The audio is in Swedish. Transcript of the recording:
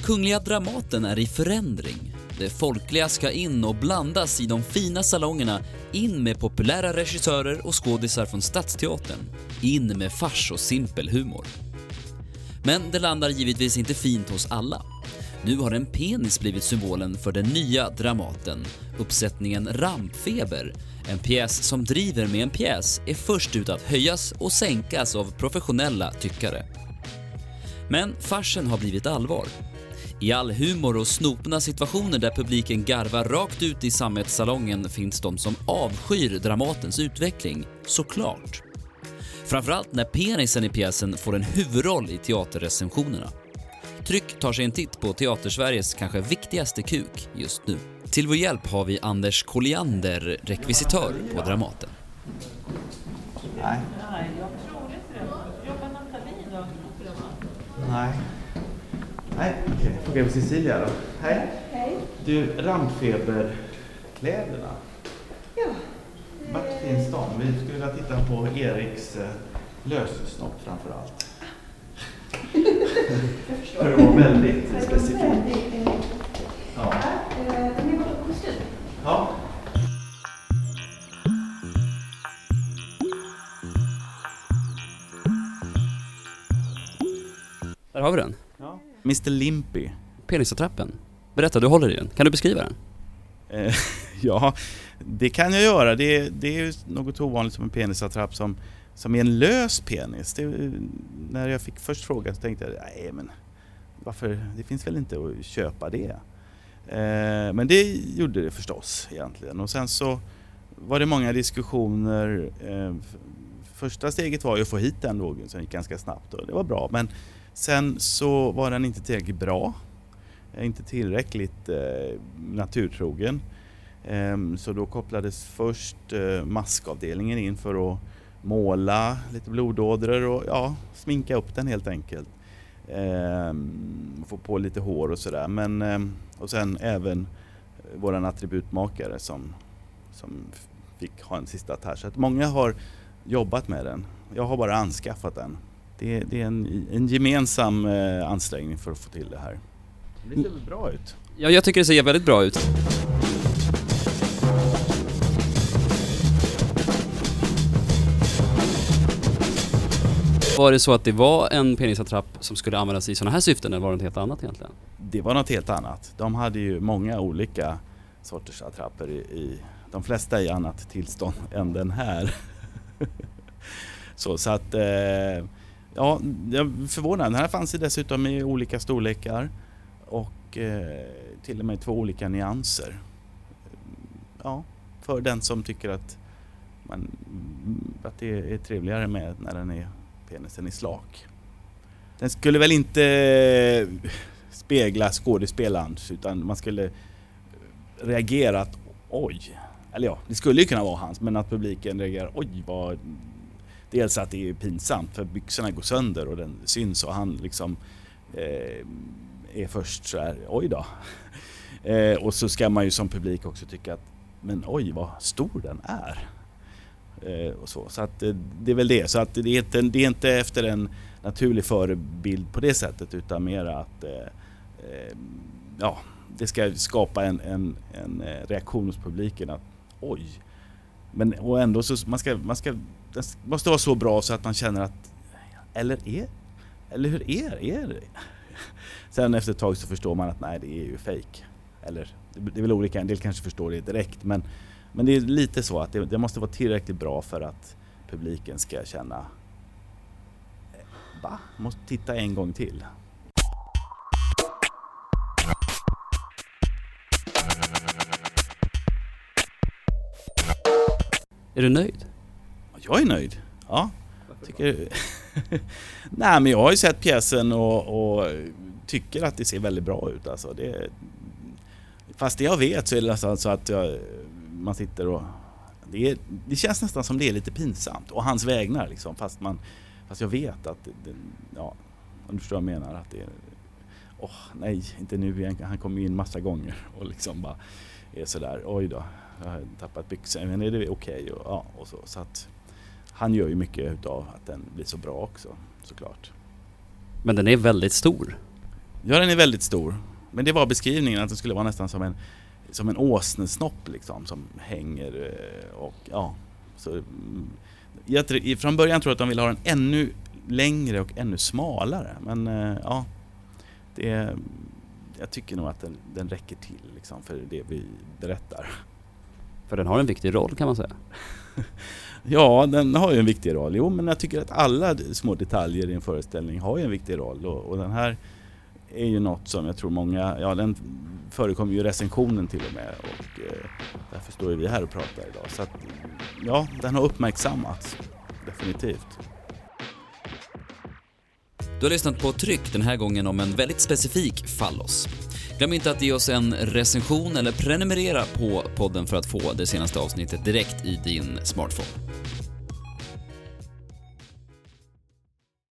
Kungliga Dramaten är i förändring. Det folkliga ska in och blandas i de fina salongerna, in med populära regissörer och skådisar från Stadsteatern, in med fars och simpel humor. Men det landar givetvis inte fint hos alla. Nu har en penis blivit symbolen för den nya Dramaten. Uppsättningen Rampfeber, en pjäs som driver med en pjäs, är först ut att höjas och sänkas av professionella tyckare. Men farsen har blivit allvar. I all humor och snopna situationer där publiken garvar rakt ut i sammetssalongen finns de som avskyr Dramatens utveckling, såklart. Framförallt när penisen i pjäsen får en huvudroll i teaterrecensionerna. Tryck tar sig en titt på Teatersveriges kanske viktigaste kuk just nu. Till vår hjälp har vi Anders Colliander, rekvisitör på Dramaten. Nej. Nej, jag tror inte det. Jobbar Nathalie då? Nej. Nej, okej. Fråga på Cecilia då. Hej. Hej. Du, Rampfeberkläderna. Ja. Vart finns de? Vi skulle vilja titta på Eriks lössnopp framför allt. Jag förstår. Det var väldigt specifikt. Ja. Den är bara på kostym. Ja. Där har vi den. Ja. Mr. Limpy. Penisattrappen. Berätta, du håller i den. Kan du beskriva den? Ja, det kan jag göra. Det är ju något ovanligt som en penisattrapp som är en lös penis. När jag fick först frågan så tänkte jag, nej men varför? Det finns väl inte att köpa det. Men det gjorde det förstås egentligen. Och sen så var det många diskussioner. Första steget var ju att få hit den då, som gick ganska snabbt och det var bra. Men sen så var den inte tillräckligt bra. Inte tillräckligt naturtrogen. Så då kopplades först maskavdelningen in för att måla lite blodådror och sminka upp den helt enkelt. Få på lite hår och sådär. Men, och sen även våran attributmakare som fick ha en sista touch. Så att många har jobbat med den. Jag har bara anskaffat den. Det är en gemensam ansträngning för att få till det här. Det ser bra ut. Ja, jag tycker det ser väldigt bra ut. Var det så att det var en penisattrapp som skulle användas i sådana här syften, eller var det något helt annat egentligen? Det var något helt annat. De hade ju många olika sorters attrapper i de flesta i annat tillstånd än den här. så att ja, jag förvånad. Den här fanns ju dessutom i olika storlekar och till och med 2 olika nyanser. Ja, för den som tycker att det är trevligare med när den är penisen i slak. Den skulle väl inte spegla skådespelarens, utan man skulle reagera att oj, eller ja, det skulle ju kunna vara hans, men att publiken reagerar oj, vad, dels att det är pinsamt för byxorna går sönder och den syns och han liksom är först så här, oj då. Och så ska man ju som publik också tycka att men oj, vad stor den är. Och så att det är väl det. Så att det är inte efter en naturlig förebild på det sättet, utan mer att det ska skapa en reaktion hos publiken att oj. Men och ändå så det måste vara så bra så att man känner att eller hur är det? Sen efter ett tag så förstår man att nej, det är ju fake. Eller det är väl olika, en del kanske förstår det direkt, men det är lite så att det måste vara tillräckligt bra för att publiken ska känna måste titta en gång till. Är du nöjd? Jag är nöjd, ja. Tycker nej, men jag har ju sett pjäsen och tycker att det ser väldigt bra ut. Alltså, fast det jag vet så är det nästan så att man sitter och det känns nästan som det är lite pinsamt och hans vägnar liksom, fast jag vet att du förstår vad jag menar, att det är nej, inte nu igen. Han kommer in massa gånger och liksom bara är sådär, oj då, jag har tappat byxor, men är det okej? Och så att han gör ju mycket utav att den blir så bra också, såklart. Men den är väldigt stor. Ja, den är väldigt stor. Men det var beskrivningen att det skulle vara nästan som en åsnesnopp liksom, som hänger och ja. Så, från början tror jag att de ville ha den ännu längre och ännu smalare. Men ja, jag tycker nog att den räcker till liksom, för det vi berättar. För den har en viktig roll kan man säga. Ja, den har ju en viktig roll. Jo, men jag tycker att alla små detaljer i en föreställning har ju en viktig roll. Och den här är ju något som jag tror många... Ja, den förekommer ju i recensionen till och med. Och därför står vi här och pratar idag. Så att, ja, den har uppmärksammats. Definitivt. Du har lyssnat på Tryck den här gången om en väldigt specifik fallos. Glöm inte att ge oss en recension eller prenumerera på podden för att få det senaste avsnittet direkt i din smartphone.